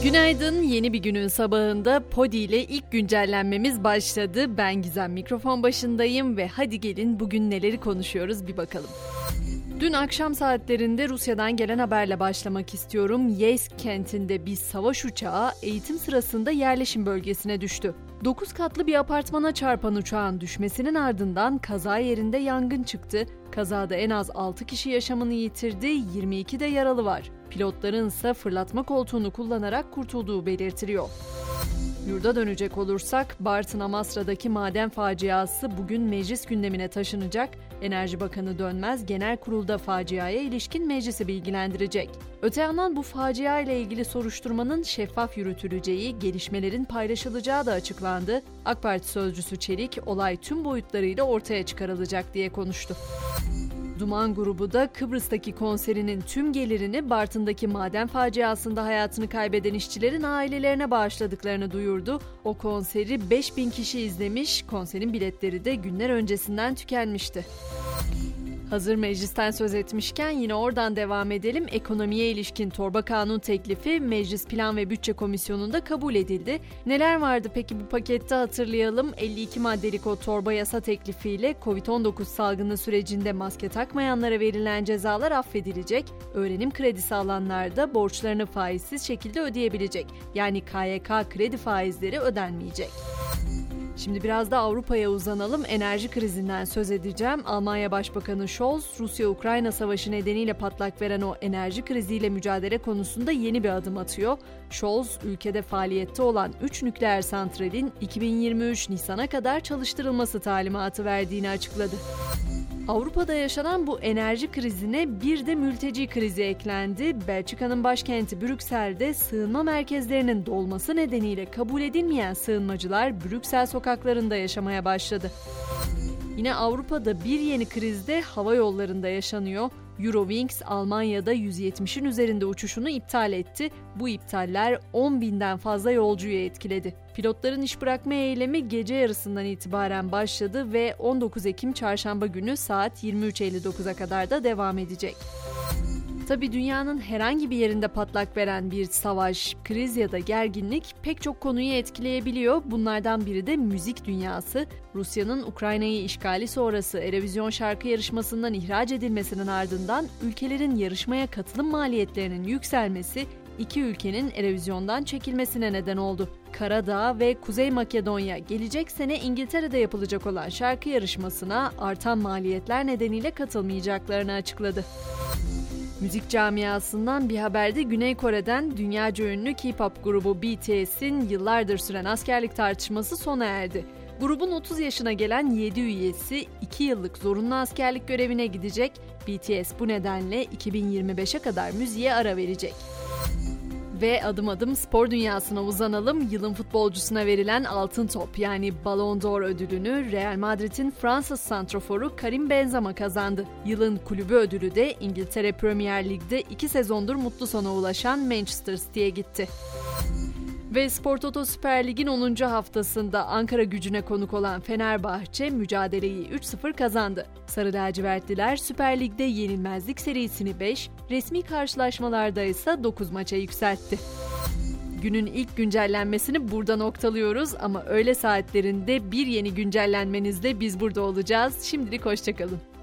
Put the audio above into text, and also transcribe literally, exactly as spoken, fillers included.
Günaydın, yeni bir günün sabahında Podi ile ilk güncellenmemiz başladı. Ben Gizem, mikrofon başındayım ve hadi gelin bugün neleri konuşuyoruz bir bakalım. Dün akşam saatlerinde Rusya'dan gelen haberle başlamak istiyorum. Yeysk kentinde bir savaş uçağı eğitim sırasında yerleşim bölgesine düştü. dokuz katlı bir apartmana çarpan uçağın düşmesinin ardından kaza yerinde yangın çıktı. Kazada en az altı kişi yaşamını yitirdi, yirmi iki de yaralı var. Pilotların ise fırlatma koltuğunu kullanarak kurtulduğu belirtiliyor. Yurda dönecek olursak, Bartın Amasra'daki maden faciası bugün meclis gündemine taşınacak. Enerji Bakanı Dönmez, genel kurulda faciaya ilişkin meclisi bilgilendirecek. Öte yandan bu facia ile ilgili soruşturmanın şeffaf yürütüleceği, gelişmelerin paylaşılacağı da açıklandı. AK Parti sözcüsü Çelik, olay tüm boyutlarıyla ortaya çıkarılacak diye konuştu. Duman grubu da Kıbrıs'taki konserinin tüm gelirini Bartın'daki maden faciasında hayatını kaybeden işçilerin ailelerine bağışladıklarını duyurdu. O konseri beş bin kişi izlemiş, konserin biletleri de günler öncesinden tükenmişti. Hazır meclisten söz etmişken yine oradan devam edelim. Ekonomiye ilişkin torba kanun teklifi Meclis Plan ve Bütçe Komisyonu'nda kabul edildi. Neler vardı peki bu pakette hatırlayalım. elli iki maddelik o torba yasa teklifiyle kovid on dokuz salgını sürecinde maske takmayanlara verilen cezalar affedilecek. Öğrenim kredisi alanlar da borçlarını faizsiz şekilde ödeyebilecek. Yani K Y K kredi faizleri ödenmeyecek. Şimdi biraz da Avrupa'ya uzanalım. Enerji krizinden söz edeceğim. Almanya Başbakanı Scholz, Rusya-Ukrayna savaşı nedeniyle patlak veren o enerji kriziyle mücadele konusunda yeni bir adım atıyor. Scholz, ülkede faaliyette olan üç nükleer santralin iki bin yirmi üç Nisan'a kadar çalıştırılması talimatı verdiğini açıkladı. Avrupa'da yaşanan bu enerji krizine bir de mülteci krizi eklendi. Belçika'nın başkenti Brüksel'de sığınma merkezlerinin dolması nedeniyle kabul edilmeyen sığınmacılar Brüksel sokaklarında yaşamaya başladı. Yine Avrupa'da bir yeni kriz de hava yollarında yaşanıyor. Eurowings Almanya'da yüz yetmişin üzerinde uçuşunu iptal etti. Bu iptaller on binden fazla yolcuyu etkiledi. Pilotların iş bırakma eylemi gece yarısından itibaren başladı ve on dokuz Ekim Çarşamba günü saat yirmi üç elli dokuza kadar da devam edecek. Tabii dünyanın herhangi bir yerinde patlak veren bir savaş, kriz ya da gerginlik pek çok konuyu etkileyebiliyor. Bunlardan biri de müzik dünyası. Rusya'nın Ukrayna'yı işgali sonrası Eurovision şarkı yarışmasından ihraç edilmesinin ardından ülkelerin yarışmaya katılım maliyetlerinin yükselmesi iki ülkenin Eurovision'dan çekilmesine neden oldu. Karadağ ve Kuzey Makedonya gelecek sene İngiltere'de yapılacak olan şarkı yarışmasına artan maliyetler nedeniyle katılmayacaklarını açıkladı. Müzik camiasından bir haber de Güney Kore'den dünyaca ünlü K-pop grubu B T S'in yıllardır süren askerlik tartışması sona erdi. Grubun otuz yaşına gelen yedi üyesi iki yıllık zorunlu askerlik görevine gidecek. B T S bu nedenle iki bin yirmi beşe kadar müziğe ara verecek. Ve adım adım spor dünyasına uzanalım. Yılın futbolcusuna verilen Altın Top yani Ballon d'Or ödülünü Real Madrid'in Fransız santraforu Karim Benzema kazandı. Yılın kulübü ödülü de İngiltere Premier Lig'de iki sezondur mutlu sona ulaşan Manchester City'ye gitti. Ve Spor Toto Süper Lig'in onuncu haftasında Ankara Gücü'ne konuk olan Fenerbahçe mücadeleyi üç sıfır kazandı. Sarı lacivertliler Süper Lig'de yenilmezlik serisini beş, resmi karşılaşmalarda ise dokuz maça yükseltti. Günün ilk güncellenmesini burada noktalıyoruz ama öğle saatlerinde bir yeni güncellenmenizde biz burada olacağız. Şimdilik hoşça kalın.